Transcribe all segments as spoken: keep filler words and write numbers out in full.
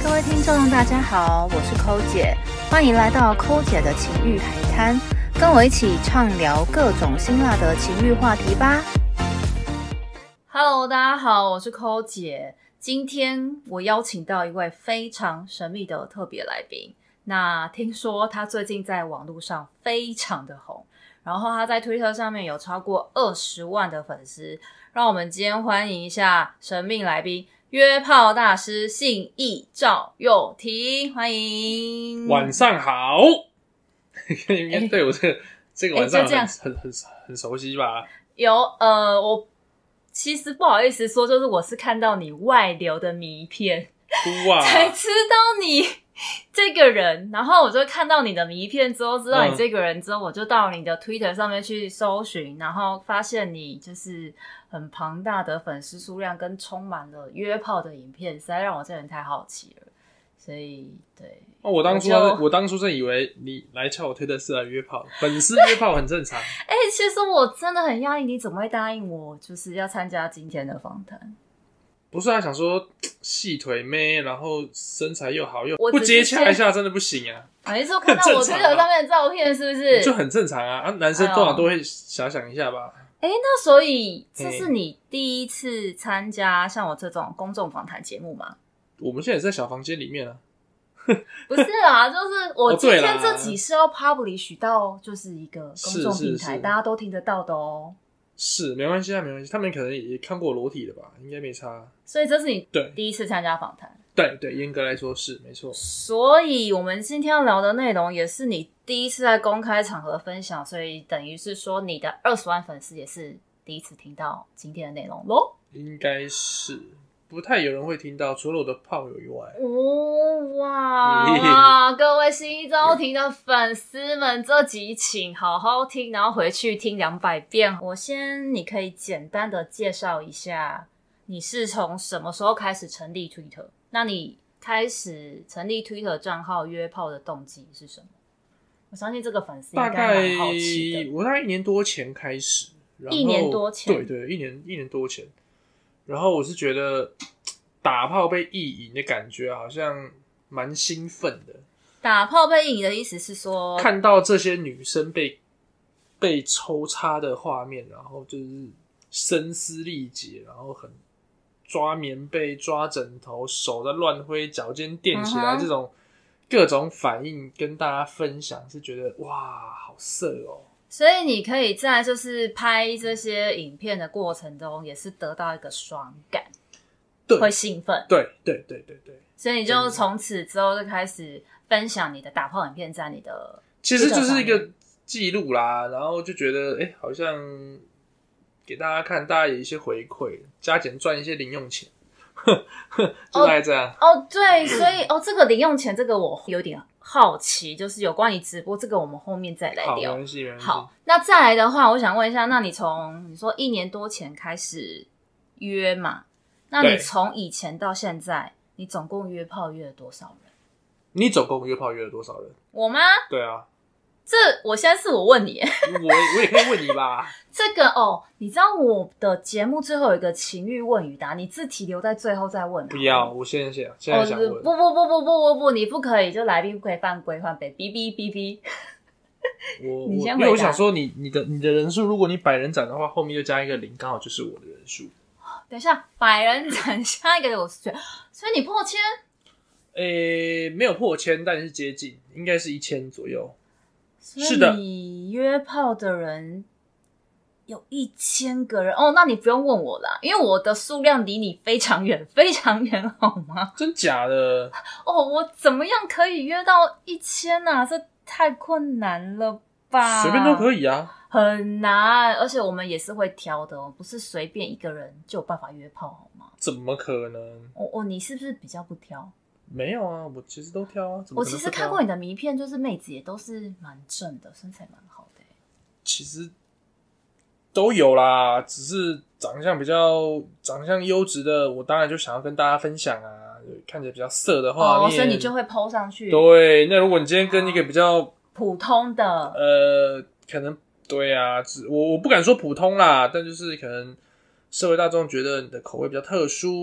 各位听众大家好，我是抠姐，欢迎来到抠姐的情欲海滩，跟我一起畅聊各种辛辣的情欲话题吧。Hello， 大家好，我是抠姐。今天我邀请到一位非常神秘的特别来宾，那听说他最近在网络上非常的红，然后他在 Twitter 上面有超过二十万的粉丝，让我们今天欢迎一下神秘来宾约炮大师信义赵又廷，欢迎。 晚上好，应该对我这个、欸、这个晚上很、欸、很很很熟悉吧？ 有呃，我其实不好意思说，就是我是看到你外流的迷片， 哇， 才知道你这个人，然后我就看到你的迷片之后，知道你这个人之后，嗯、我就到你的 Twitter 上面去搜寻，然后发现你就是很庞大的粉丝数量跟充满了约炮的影片，实在让我这人太好奇了。所以对， 哦，我当初我, 我当初真以为你来敲我推的是来约炮，粉丝约炮很正常。 哎、欸，其实我真的很讶异，你怎么会答应我，就是要参加今天的访谈？ 不是啊，想说细腿妹，然后身材又好，又不接洽一下，真的不行啊！ 啊，你说看到我推特上面的照片是不是？ 就很正常啊！啊，男生多少都会遐想一下吧。 哎、欸，那所以这是你第一次参加像我这种公众访谈节目吗？ 我们现在也在小房间里面啊。 不是啦，就是我今天这集是要 publish 到就是一个公众平台，大家都听得到的哦。 是，没关系啊，没关系。他们可能也看过裸体的吧，应该没差。 所以这是你第一次参加访谈？ 对对，严格来说是没错。 所以我们今天要聊的内容也是你第一次在公开场合分享，所以等于是说你的二十万粉丝也是第一次听到今天的内容咯。 应该是。不太有人会听到，除了我的炮友以外。 哦哇哇！各位信义赵廷的粉丝们，这集请好好听，然后回去听两百遍。我先，你可以简单的介绍一下，你是从什么时候开始成立 Twitter？ 那你开始成立 Twitter 账号约炮的动机是什么？我相信这个粉丝应该蛮好奇的。 大概我大概一年多前开始，然后一年多前， 对对，一年一年多前。然后我是觉得打炮被意淫的感觉好像蛮兴奋的。 打炮被意淫的意思是说， 看到这些女生被被抽插的画面，然后就是声嘶力竭，然后很抓棉被、抓枕头，手在乱挥，脚尖垫起来，这种各种反应跟大家分享，是觉得哇，好色哦。 所以你可以在就是拍这些影片的过程中，也是得到一个爽感， 对， 会兴奋， 对对对对对。 所以你就从此之后就开始分享你的打炮影片在你的， 其实就是一个记录啦，然后就觉得哎、欸，好像给大家看，大家有一些回馈，加减赚一些零用钱，就大概这样。 哦，哦对，所以哦，这个零用钱，这个我有点好奇，就是有关于直播这个，我们后面再来聊。 好，没关系，没关系。 好，那再来的话，我想问一下，那你从你说一年多前开始约嘛？那你从以前到现在，你总共约炮约了多少人？ 你总共约炮约了多少人？ 我吗？ 对啊。 这我现在是我问你我我也可以问你吧。 这个哦，你知道我的节目最后有一个情欲问与答，你字题留在最后再问。 不要，我现在想，现在想问。哦、 不不不不不不不，你不可以，就来宾不可以犯规犯规，哔哔哔哔。 我你先回答。 因为我想说你，你的你的人数，如果你百人斩的话，后面就加一个零，刚好就是我的人数。 等一下，百人斩下一个我是觉得，所以你破千？ 诶、欸，没有破千，但是接近，应该是一千左右。 是的，你约炮的人有一千个人哦，那你不用问我啦，因为我的数量离你非常远，非常远，好吗？ 真假的？ 哦，我怎么样可以约到一千啊？这太困难了吧？ 随便都可以啊， 很难，而且我们也是会挑的哦，不是随便一个人就有办法约炮，好吗？ 怎么可能？ 哦哦，你是不是比较不挑？ 没有啊，我其实都挑啊。怎么我其实看过你的迷片，就是妹子也都是蛮正的，身材蛮好的。 其实都有啦，只是长相比较长相优质的，我当然就想要跟大家分享啊。看起来比较色的画面， 哦，所以你就会 po 上去。 对，那如果你今天跟一个比较、哦、 普通的， 呃，可能对啊，我我不敢说普通啦，但就是可能社会大众觉得你的口味比较特殊。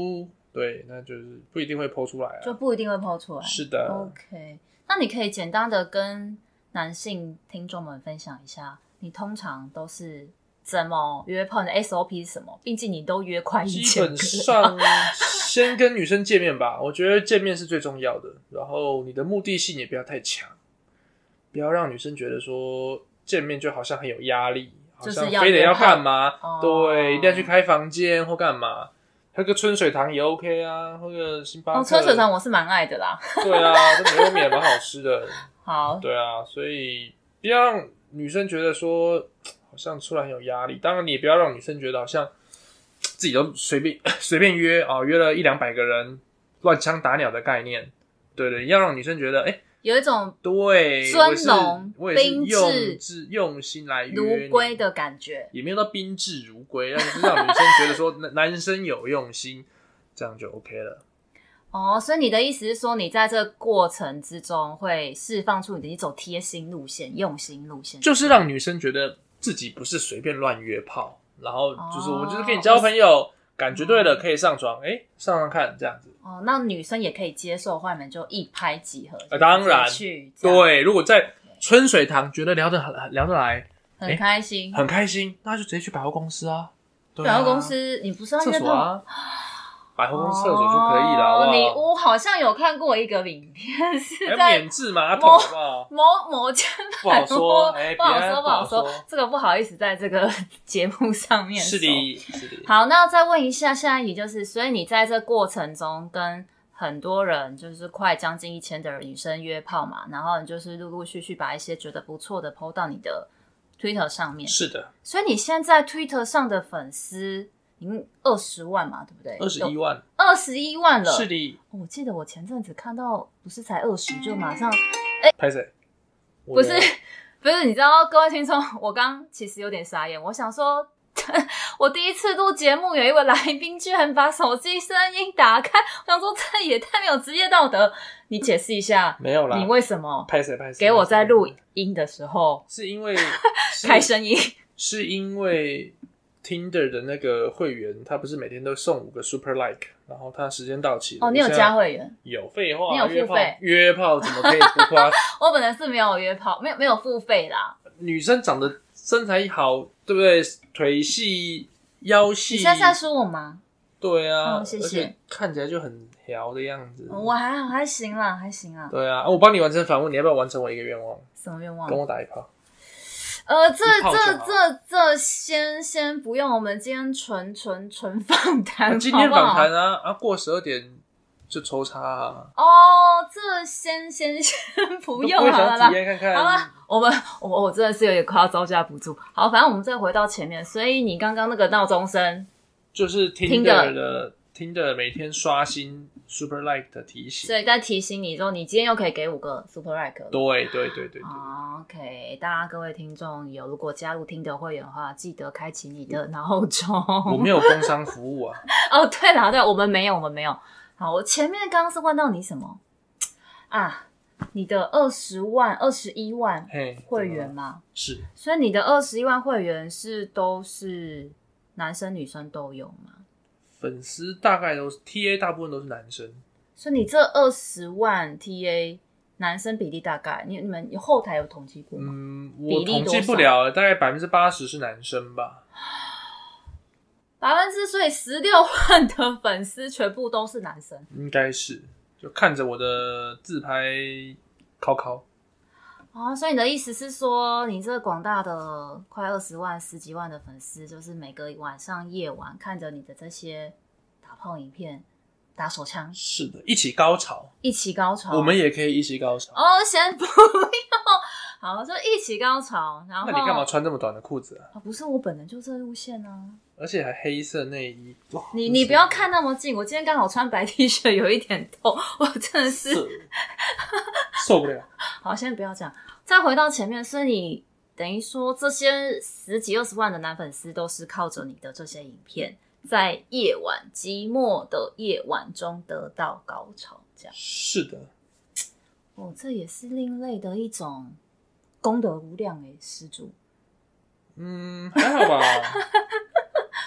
对，那就是不一定会 po 出来啊， 就不一定会 po 出来。 是的 ，OK。那你可以简单的跟男性听众们分享一下，你通常都是怎么约炮？你的 S O P 是什么？毕竟你都约快一千个。 基本上先跟女生见面吧，我觉得见面是最重要的。然后你的目的性也不要太强，不要让女生觉得说见面就好像很有压力，好像非得要干嘛？ 哦、 对，一定要去开房间或干嘛？喝个春水堂也 OK 啊，喝个星巴克。 哦，春水堂我是蛮爱的啦。 对啊，这牛肉面也蛮好吃的。 好， 对啊，所以不要让女生觉得说好像出来很有压力。当然，你也不要让女生觉得好像自己都随便随便约啊、哦，约了一两百个人，乱枪打鸟的概念。对对，要让女生觉得哎。欸有一种对尊荣、 宾至、用心来约如归的感觉， 也没有到宾至如归，但是让女生觉得说男生有用心，这样就 OK 了。 哦，所以你的意思是说，你在这个过程之中会释放出你的一种贴心路线、用心路线， 就是让女生觉得自己不是随便乱约炮，然后就是我就是跟你交朋友。哦感觉对了，可以上床，哎，上上看这样子。 哦，那女生也可以接受，后面就一拍即合。 呃，当然， 去对。如果在春水堂觉得聊得聊得来， 很开心， 很开心，那就直接去百货公司啊。对啊百货公司，你不是要厕所啊？百货公司厕所就可以了，好不好？ 你我好像有看过一个影片，是在免治马桶，好不好？ 某某间不好说，哎， 不好说，不好说，这个不好意思在这个节目上面说。 是的，是的。 好，那再问一下，下一题就是，所以你在这过程中跟很多人，就是快将近一千的女生约炮嘛，然后你就是陆陆续续把一些觉得不错的 po 到你的 Twitter 上面。 是的。 所以你现在 Twitter 上的粉丝已经二十万嘛，对不对？ 二十一万， 二十一万了。 是的、 哦。我记得我前阵子看到，不是才二十就马上，哎， 拍谁？ 不是，不是，你知道，各位听众，我刚其实有点傻眼，我想说，我第一次录节目，有一位来宾居然把手机声音打开，我想说这也太没有职业道德。你解释一下， 没有啦， 你为什么拍谁拍谁？ 给我在录音的时候， 是因为开声音， 是因为。Tinder 的那个会员，他不是每天都送五个 Super Like， 然后他时间到期了。 哦，你有加会员？ 有，废话， 你有付费？ 约炮怎么可以不花？ 我本来是没有约炮，没有没有付费啦。 女生长得身材好，对不对？腿细腰细。 你现在在说我吗？ 对啊， 哦、谢谢。 而且看起来就很调的样子。 我还好，还行啦，还行啦。 对啊，我帮你完成访问，你要不要完成我一个愿望？ 什么愿望？ 跟我打一炮。 呃，这这这这先先不用，我们今天纯纯纯访谈、啊， 今天访谈啊啊，过十二点就抽插啊。 哦，这先先先不用好了啦， 体验看看。 好了，我们我我真的是有点快要招架不住。好，反正我们再回到前面，所以你刚刚那个闹钟声， 就是Tinder的Tinder每天刷新 Super Like 的提醒， 所以在提醒你说，你今天又可以给五个 Super Like 了。 对对对对对。 Oh, OK， 大家各位听众有如果加入Tinder会员的话，记得开启你的闹钟。 我没有工商服务啊。 哦，对啦，对，我们没有，我们没有。好，我前面刚刚是问到你什么啊？你的二十万、二十一万会员吗？ 是。 所以你的二十一万会员是都是男生女生都有吗？ 粉丝大概都是 T A， 大部分都是男生。 所以你这二十万 T A 男生比例大概，你你们后台有统计过吗？ 嗯，我统计不了，大概百分之八十是男生吧。 百分之所以十六万的粉丝全部都是男生， 应该是就看着我的自拍考考。 哦，所以你的意思是说，你这广大的快二十万、十几万的粉丝，就是每个晚上夜晚看着你的这些打炮影片、打手枪， 是的，一起高潮， 一起高潮， 我们也可以一起高潮。 哦，先不用，好，就一起高潮。然后， 那你干嘛穿这么短的裤子啊？ 啊，不是，我本来就这路线啊。 而且还黑色内衣， 你你不要看那么近，我今天刚好穿白 T 恤，有一点透，我真的是受不了。 好，先不要讲，再回到前面，所以你等于说这些十几二十万的男粉丝都是靠着你的这些影片，在夜晚寂寞的夜晚中得到高潮，这样是的。 哦，这也是另类的一种功德无量诶，施主。 嗯，还好吧。 并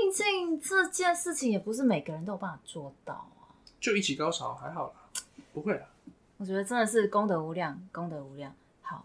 毕竟这件事情也不是每个人都有办法做到啊。 就一起高潮还好啦，不会啦。 我觉得真的是功德无量，功德无量。好，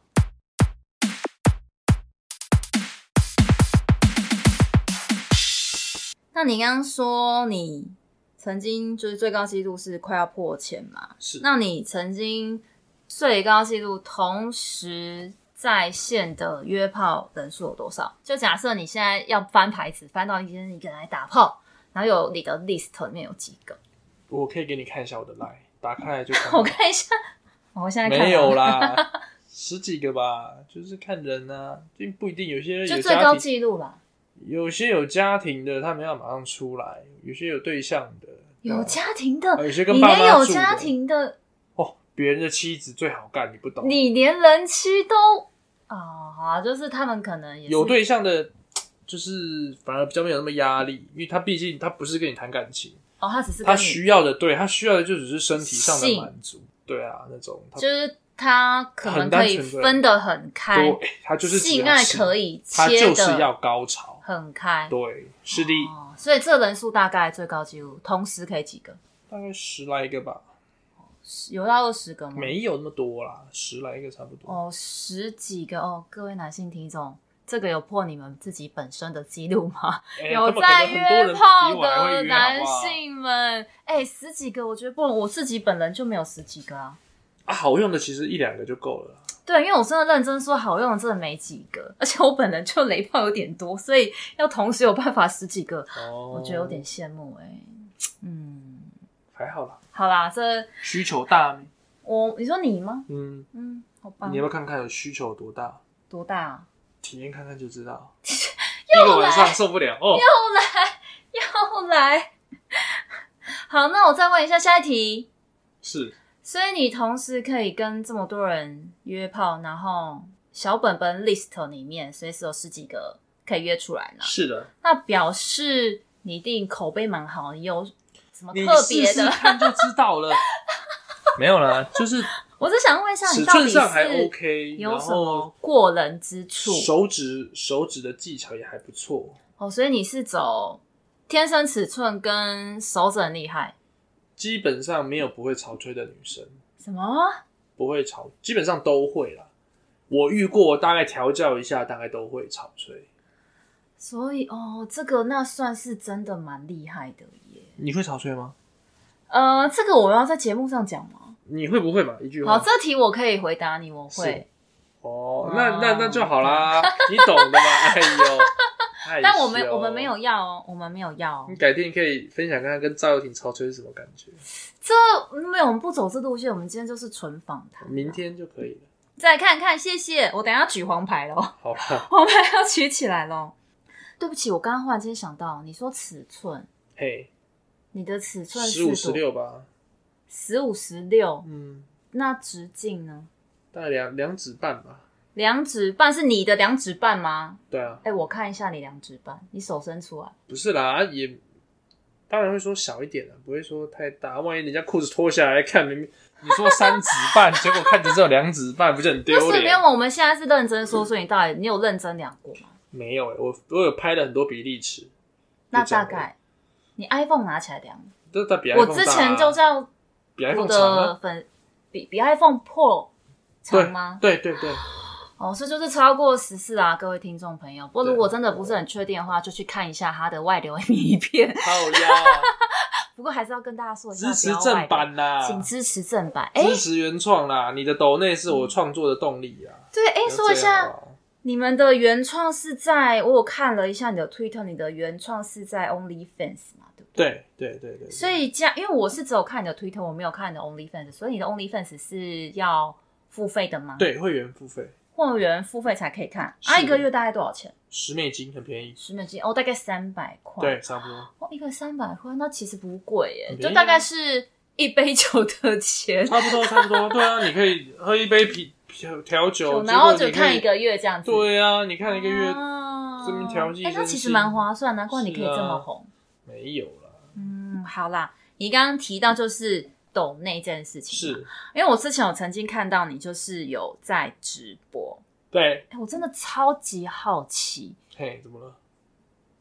那你刚刚说你曾经就是最高纪录是快要破千嘛？ 是。 那你曾经最高纪录同时在线的约炮人数有多少？就假设你现在要翻牌子，翻到一间一个人来打炮，然后有你的 list 里面有几个？ 我可以给你看一下我的 line， 打开来就看。 我看一下，我现在看没有啦，十几个吧，就是看人啊，就不一定，有些有家庭就最高纪录啦。 有些有家庭的，他们要马上出来；有些有对象的， 有家庭的， 有些跟爸妈住的， 你连有家庭的哦，别人的妻子最好干，你不懂。 你连人妻都啊，好啊，就是他们可能也是有对象的，就是反而比较没有那么压力，因为他毕竟他不是跟你谈感情， 哦，他只是跟他你需要的，对他需要的就只是身体上的满足，对啊，那种就是他可能可以分得很开， 对，他就是性爱可以切他就是要高潮很开， 对，是的、 哦，所以这人数大概最高纪录同时可以几个？ 大概十来个吧。 有到二十个吗？ 没有那么多啦，十来个差不多。 哦，十几个哦，各位男性听众，这个有破你们自己本身的记录吗？ 欸、 有在约炮的男性们，哎、欸，十几个，我觉得不，我自己本人就没有十几个啊。 啊，好用的其实一两个就够了啦。 对，因为我真的认真说，好用的真的没几个，而且我本人就雷炮有点多，所以要同时有办法十几个，哦、我觉得有点羡慕哎、欸。嗯， 还好啦。 好啦，这需求大吗？ 我你说你吗？ 嗯嗯，好棒。 你要不要看看有需求多大？ 多大、啊？ 体验看看就知道。一个晚上受不了哦。 又来又来。好，那我再问一下下一题。 是。 所以你同时可以跟这么多人约炮，然后小本本 list 里面随时有十几个可以约出来呢？ 是的。 那表示你一定口碑蛮好，你有什么特别的？ 你试试看就知道了。没有啦，就是我是想问一下， 尺寸上还 OK， 有什么过人之处？ 手指手指的技巧也还不错哦，所以你是走天生尺寸跟手指很厉害。 基本上没有不会潮吹的女生。 什么？ 不会潮，基本上都会啦。我遇过，大概调教一下，大概都会潮吹。 所以哦，这个那算是真的蛮厉害的耶。 你会潮吹吗？ 呃，这个我要在节目上讲吗？ 你会不会嘛？一句话。 好，这题我可以回答你，我会。 哦，那那那就好啦，你懂的嘛。哎呦。 但我们我们没有要哦，我们没有要哦。 你改天可以分享看看跟赵又廷潮吹是什么感觉。 这没有，我们不走这路线，我们今天就是纯访谈。 明天就可以了。 再看看，谢谢。我等一下举黄牌咯。 好啦， 黄牌要举起来咯。对不起，我刚刚忽然间想到，你说尺寸， 嘿， 你的尺寸是十五十六吧？ 十五十六， 嗯， 那直径呢？ 大概两两指半吧。 两指半是你的两指半吗？ 对啊。 哎、欸，我看一下你两指半，你手伸出来。 不是啦，也当然会说小一点啦，不会说太大。万一人家裤子脱下来看，明明你说三指半，结果看着只有两指半，不就很丢脸？ 不是，没有，我们现在是认真说，所以你到底你有认真量过吗？ 没有、欸、我我有拍了很多比例尺。 那大概你 iPhone 拿起来量， 这比 iPhone 大、啊、 我之前就叫比 iPhone 长、啊、粉比比 iPhone Pro 长吗？ 对对对对。 哦，所以就是超过十四啊，各位听众朋友。不过如果真的不是很确定的话，就去看一下它的外流影片。 好呀。 不过还是要跟大家说一下， 支持正版啦， 请支持正版， 欸、支持原创啦。你的抖内是我创作的动力啊。 对，哎、欸，说一下，你们的原创是在我有看了一下你的 Twitter， 你的原创是在 OnlyFans 嘛，对不对？ 对对对 对, 对。 所以这样，因为我是只有看你的 Twitter， 我没有看你的 OnlyFans， 所以你的 OnlyFans 是要付费的吗？ 对，会员付费。 会员付费才可以看啊，一个月大概多少钱？ 十美金，很便宜。 十美金哦，大概三百块。 对，差不多。 哦，一个三百块，那其实不贵耶，就大概是一杯酒的钱。 差不多，差不多。对啊，你可以喝一杯啤调酒， 然后就看一个月这样子。 对啊，你看一个月这边调剂， 哎，那其实蛮划算，难怪你可以这么红。 啊、没有啦。 嗯，好啦，你刚刚提到就是抖内这件事情， 是因为我之前有曾经看到你就是有在直播。 对， 欸、我真的超级好奇， 嘿，怎么了？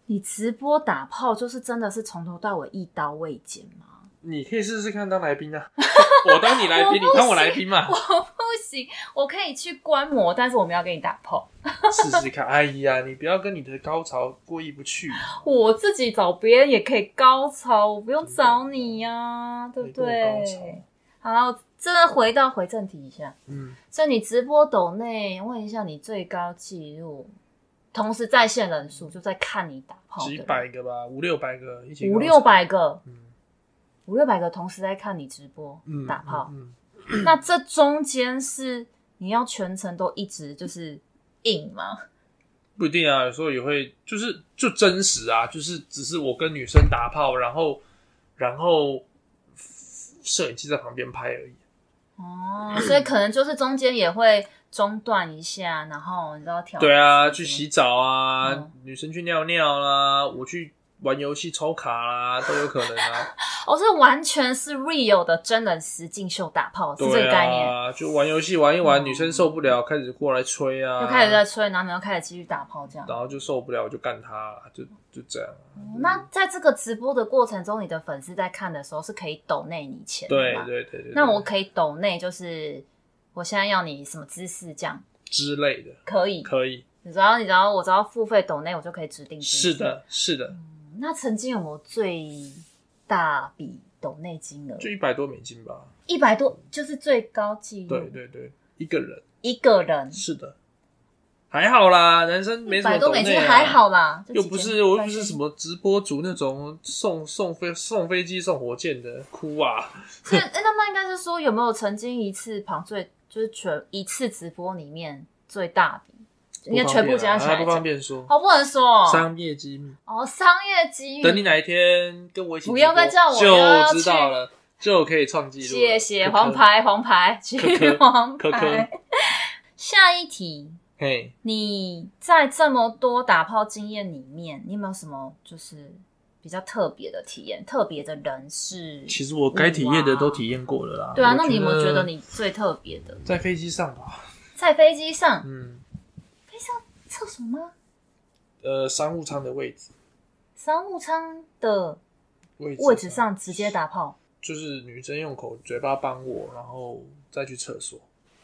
你直播打炮就是真的是从头到尾一刀未剪吗？ 你可以试试看当来宾啊，我当你来宾，你当我来宾嘛。 我不行，我可以去观摩，但是我们要跟你打炮。 试试看，哎呀，你不要跟你的高潮过意不去。 我自己找别人也可以高潮，我不用找你呀、啊，对不对？好，真的回到回正题一下，嗯，所以你直播抖内问一下你最高纪录，同时在线人数就在看你打炮的人， 几百个吧，五六百个一起， 五六百个，嗯，五六百个同时在看你直播、嗯、打炮，嗯嗯、那这中间是你要全程都一直就是硬吗？ 不一定啊，有时候也会就是就真实啊，就是只是我跟女生打炮，然后然后摄影机在旁边拍而已。 哦，所以可能就是中间也会中断一下，然后你知道调对啊，去洗澡啊、嗯，女生去尿尿啦，我去玩游戏抽卡啦，都有可能啊。 哦，这完全是 real 的真人实境秀打炮，是这个概念。 对啊，就玩游戏玩一玩、嗯，女生受不了，开始过来吹啊， 就开始在吹，然后你又开始继续打炮这样， 然后就受不了，我就干他，就就这样、 哦。那在这个直播的过程中，你的粉丝在看的时候是可以抖内你钱的吗？ 对对 对, 对, 对。 那我可以抖内，就是我现在要你什么姿势这样之类的， 可以可以。 你只要你只要我只要付费抖内，我就可以指定姿势。 是的，是的。 嗯那曾经有没有最大笔抖内金额？ 就一百多美金吧。 一百多就是最高纪录。 对对对，一个人。 一个人。 是的，还好啦，男生没什么抖内、啊。一百多美金还好啦， 又不是我又不是什么直播主那种送送飞送飞机送火箭的，哭啊！ 那那那应该是说有没有曾经一次旁最就是全一次直播里面最大笔？应该全部加起来、 啊、不方便说， 好、哦、不能说商业机密哦，商业机密。 等你哪一天跟我一起， 不要再叫我， 就知道了，就可以创纪录。 谢谢黄牌，黄牌，去黄牌。可可下一题， 嘿， 你在这么多打炮经验里面，你有没有什么就是比较特别的体验？特别的人事？ 其实我该体验的都体验过了啦。 对啊，那你有没有觉得你最特别的？ 在飞机上吧。 在飞机上， 嗯。 上厕所吗？ 呃，商务舱的位置， 商务舱的位置上直接打炮， 就是女生用口嘴巴帮我，然后再去厕所。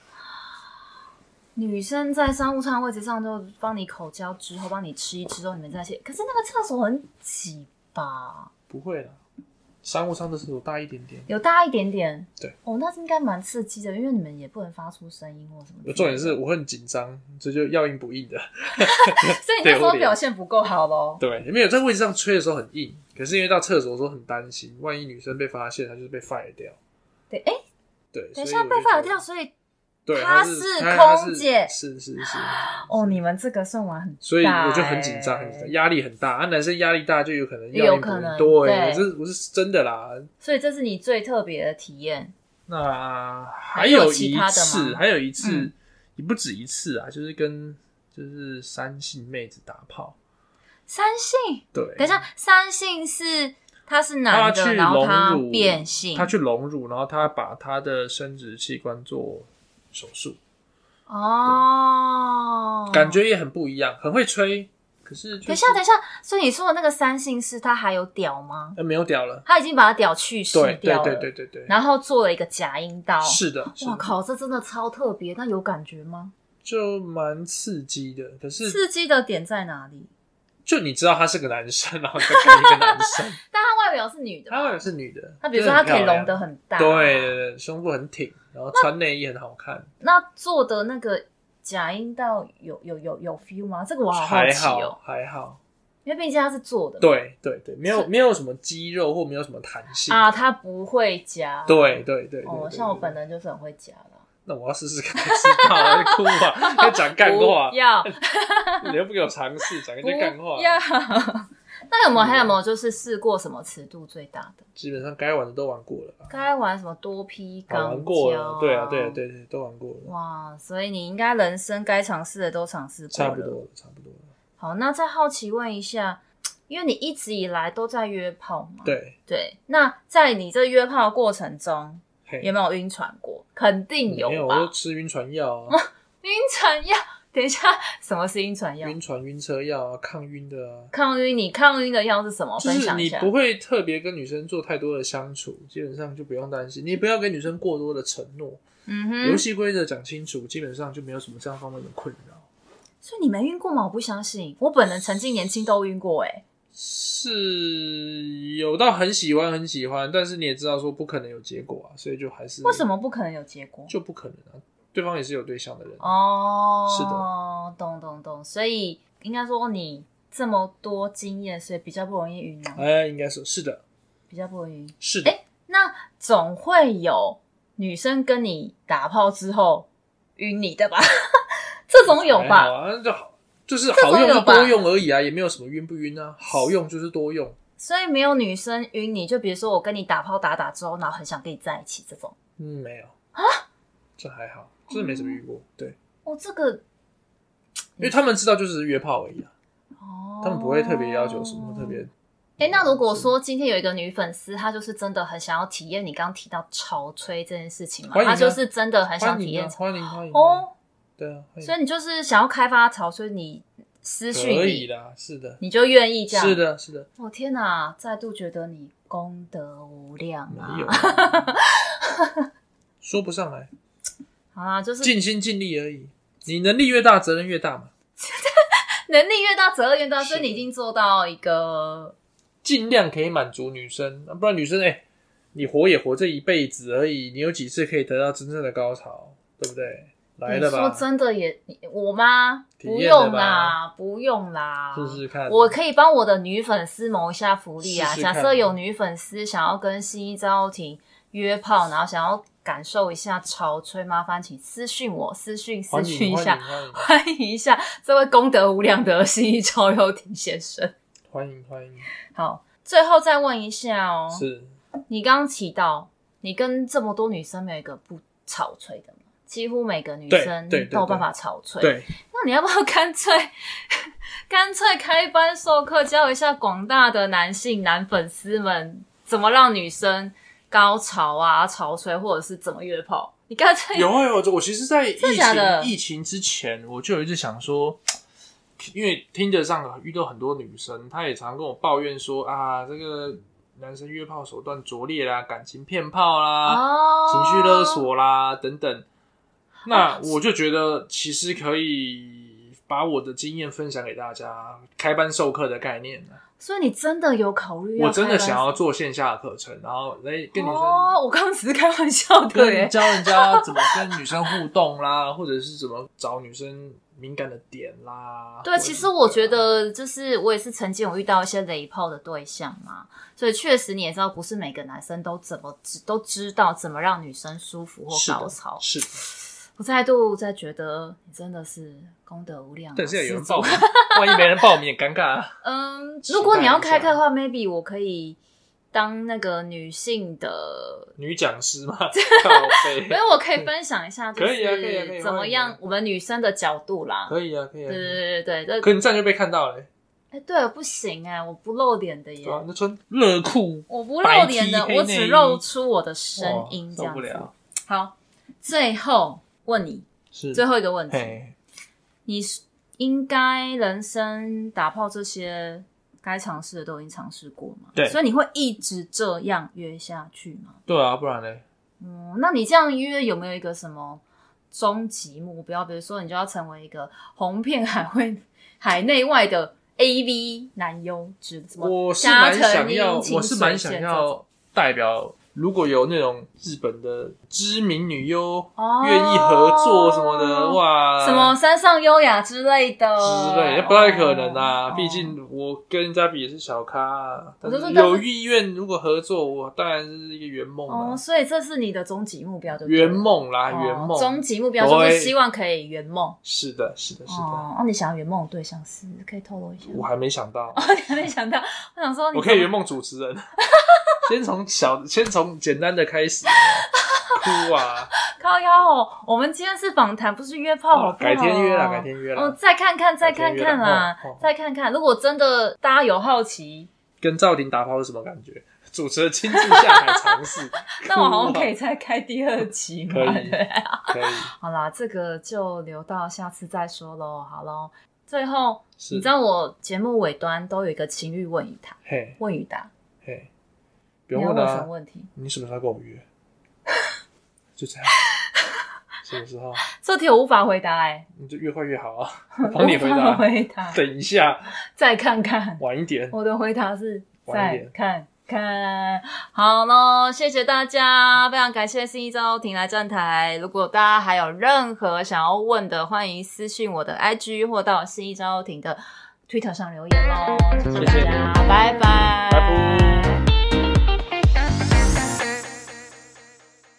女生在商务舱位置上就帮你口交之后，帮你吃一吃之后，你们再去。可是那个厕所很挤吧？ 不会啦。商务舱的厕所大一点点， 有大一点点， 对哦，那应该蛮刺激的，因为你们也不能发出声音或什么。 重点是我很紧张，这就要硬不硬的， 所以你那时候表现不够好咯。 对，没有在位置上吹的时候很硬，可是因为到厕所的时候很担心，万一女生被发现，她就是被 fire 掉。 对，哎、欸， 对， 等一下被 fire 掉，所以对， 她是空姐， 是是 是, 是。 哦，你们这个算玩很大、欸， 所以我就很紧张，很紧张，压力很大。啊，男生压力大就有可能要有可能对， 对我是我是真的啦。 所以这是你最特别的体验。 那还有一次，还有一次， 嗯、 也不止一次啊，就是跟就是三性妹子打炮。 三性？ 对。 等一下，三性是他是男的，然后他变性， 他去隆乳，然后他把他的生殖器官做手术。 哦， 感觉也很不一样，很会吹。可是、就是、 等一下，等一下，所以你说的那个三性是他还有屌吗？ 呃，没有屌了， 他已经把他屌去世掉了， 对对对对对对， 然后做了一个假阴道。 是的， 哇靠，这真的超特别，那有感觉吗？ 就蛮刺激的，可是刺激的点在哪里？ 就你知道他是个男生，然后再看一个男生， 但他外表是女的， 他外表是女的。 他比如说他可以隆得很大， 对对对，胸部很挺，然后穿内衣很好看。 那, 那做的那个假阴道有有有有 feel 吗？这个我好好奇哦。 还好，还好， 因为毕竟他是做的。 对对对，没有没有什么肌肉或没有什么弹性啊，他不会夹。 对对 对, 对, 对, 对, 对哦，像我本人就是很会夹啦。 那我要试试看，知道啊，哭啊，要讲干话， 不要， 你又不给我尝试，讲一些干话。 要，那有没有还有没有就是试过什么尺度最大的？ 基本上该玩的都玩过了， 该玩什么多批肛交、啊、 玩过了，对啊，对啊，对对，都玩过了。 哇，所以你应该人生该尝试的都尝试过了， 差不多了，差不多了。 好，那再好奇问一下，因为你一直以来都在约炮嘛， 对对， 那在你这约炮的过程中，有没有晕船过？肯定有吧， 没有，我就吃晕船药啊。 晕船药，等等一下，什么是晕船药？ 晕船、晕车药啊，抗晕的啊。 抗晕，你抗晕的药是什么？ 就是你分享一下。 不会特别跟女生做太多的相处，基本上就不用担心。你不要跟女生过多的承诺。 嗯哼， 游戏规则讲清楚，基本上就没有什么这样方面的困扰。 所以你没晕过吗？我不相信，我本人曾经年轻都晕过哎、欸。 是有到很喜欢很喜欢，但是你也知道说不可能有结果啊，所以就还是为什么不可能有结果？ 就不可能啊，对方也是有对象的人哦。 是的， 懂懂懂，所以应该说你这么多经验，所以比较不容易晕啊。 哎，应该说是的， 比较不容易晕。 是的。 哎，那总会有女生跟你打炮之后晕你的吧？这种有吧？ 好啊，就好。就是好用就多用而已啊，也没有什么晕不晕啊，好用就是多用。 所以没有女生晕你，就比如说我跟你打炮打打之后，然后很想跟你在一起这种。 嗯，没有啊，这还好，真的没什么遇过。对， 哦，这个， 因为他们知道就是约炮而已啊， 哦， 他们不会特别要求什么特别。 哎、欸，那如果说今天有一个女粉丝，她就是真的很想要体验你刚刚提到潮吹这件事情嘛， 啊、 她就是真的很想体验。 欢迎欢迎哦。 对啊， 所以你就是想要开发潮，所以你私讯你可以啦，是的， 你就愿意这样， 是的，是的。 我、哦、天哪，再度觉得你功德无量啊！ 没有，说不上来。 好啦，就是尽心尽力而已。你能力越大，责任越大嘛。 能力越大，责任越大，所以你已经做到一个尽量可以满足女生，不然女生哎、欸，你活也活这一辈子而已，你有几次可以得到真正的高潮，对不对？来了吧？ 说真的也，我吗？不用啦，不用啦， 试试看。 我可以帮我的女粉丝谋一下福利啊！ 试试看假设有女粉丝想要跟新一张婷约炮，然后想要感受一下潮吹，麻烦请私讯我，私讯私讯一下，欢迎一下这位功德无量的新一赵又廷先生。 欢迎欢迎。 好，最后再问一下哦， 是你刚刚提到你跟这么多女生没有一个不潮吹的吗？几乎每个女生都有办法潮吹， 对， 那你要不要干脆干脆开班授课，教一下广大的男性男粉丝们怎么让女生高潮啊、潮吹，或者是怎么约炮？你干脆有啊有啊！我其实，在疫情的疫情之前，我就有一直想说，因为听得上遇到很多女生，她也常跟我抱怨说啊，这个男生约炮手段拙劣啦，感情骗炮啦， 哦、 情绪勒索啦等等。那我就觉得其实可以把我的经验分享给大家，开班授课的概念。 所以你真的有考虑要？ 我真的想要做线下的课程，然后来跟女生。 哦，我刚刚只是开玩笑的耶， 教人家怎么跟女生互动啦，或者是怎么找女生敏感的点啦。 对，其实我觉得就是我也是曾经有遇到一些雷炮的对象嘛，所以确实你也知道，不是每个男生都怎么都知道怎么让女生舒服或高潮。 是的。 我再度在觉得你真的是功德无量、啊， 但是有人报名，万一没人报名也尴尬啊。 嗯，如果你要开课的话 ，maybe 我可以当那个女性的女讲师嘛， 没有，我可以分享一下，就可以啊，可以啊，可以怎么样我们女生的角度啦。 可以啊，可以啊。 对对对对， 可你这样就被看到了、欸。 哎、欸，对，不行哎、欸，我不露脸的耶。 对啊，那穿热裤， 我不露脸的，我只露出我的声音，这样子。 受不了。 好，最后。问你是最后一个问题，你应该人生打炮这些该尝试的都已经尝试过嘛？ 对， 所以你会一直这样约下去吗？ 对啊，不然嘞？ 嗯，那你这样约有没有一个什么终极目标？比如说，你就要成为一个红遍海外海内外的 A V 男优之什么？ 我是蛮想要，我是蛮想要代表。如果有那种日本的知名女优愿意合作什么的、哦、哇， 什么山上优雅之类的之类的，不太可能啊！毕、哦、竟我跟人家比也是小咖、啊，但是有意愿如果合作，我当然是一个圆梦啊。 哦，所以这是你的终极目标，对不对？ 圆梦啦，圆梦。 终极目标就是希望可以圆梦。 是的，是的，是的。 哦，你想要圆梦的对象是可以透露一下？ 我还没想到。 哦，你还没想到？我想说你， 我可以圆梦主持人。先从小，先从简单的开始，哭啊！ 靠腰哦，我们今天是访谈，不是约炮，好不好？ 改天约啦，改天约啦。 哦，再看看，再看看啦，再看看。如果真的大家有好奇， 跟赵婷打炮是什么感觉？ 主持人亲自下海尝试。 那我好像可以再开第二集嘛？ 可以， 对可以。 好啦，这个就留到下次再说咯。好咯，最后是你知道我节目尾端都有一个情欲问语答， 嘿， 问语答， 嘿，不用问啊你要问什么，问题？ 你什么时候跟我约？就这样。什么时候？ 这题我无法回答哎、欸， 你就越快越好啊！帮你回无法答。 回答。 等一下， 再看看。 晚一点。 我的回答是再晚一点看看。好咯，谢谢大家，非常感谢新一周婷来站台。如果大家还有任何想要问的，欢迎私讯我的 I G 或到新一周婷的 Twitter 上留言咯。谢谢大家， 谢谢拜拜， 拜拜。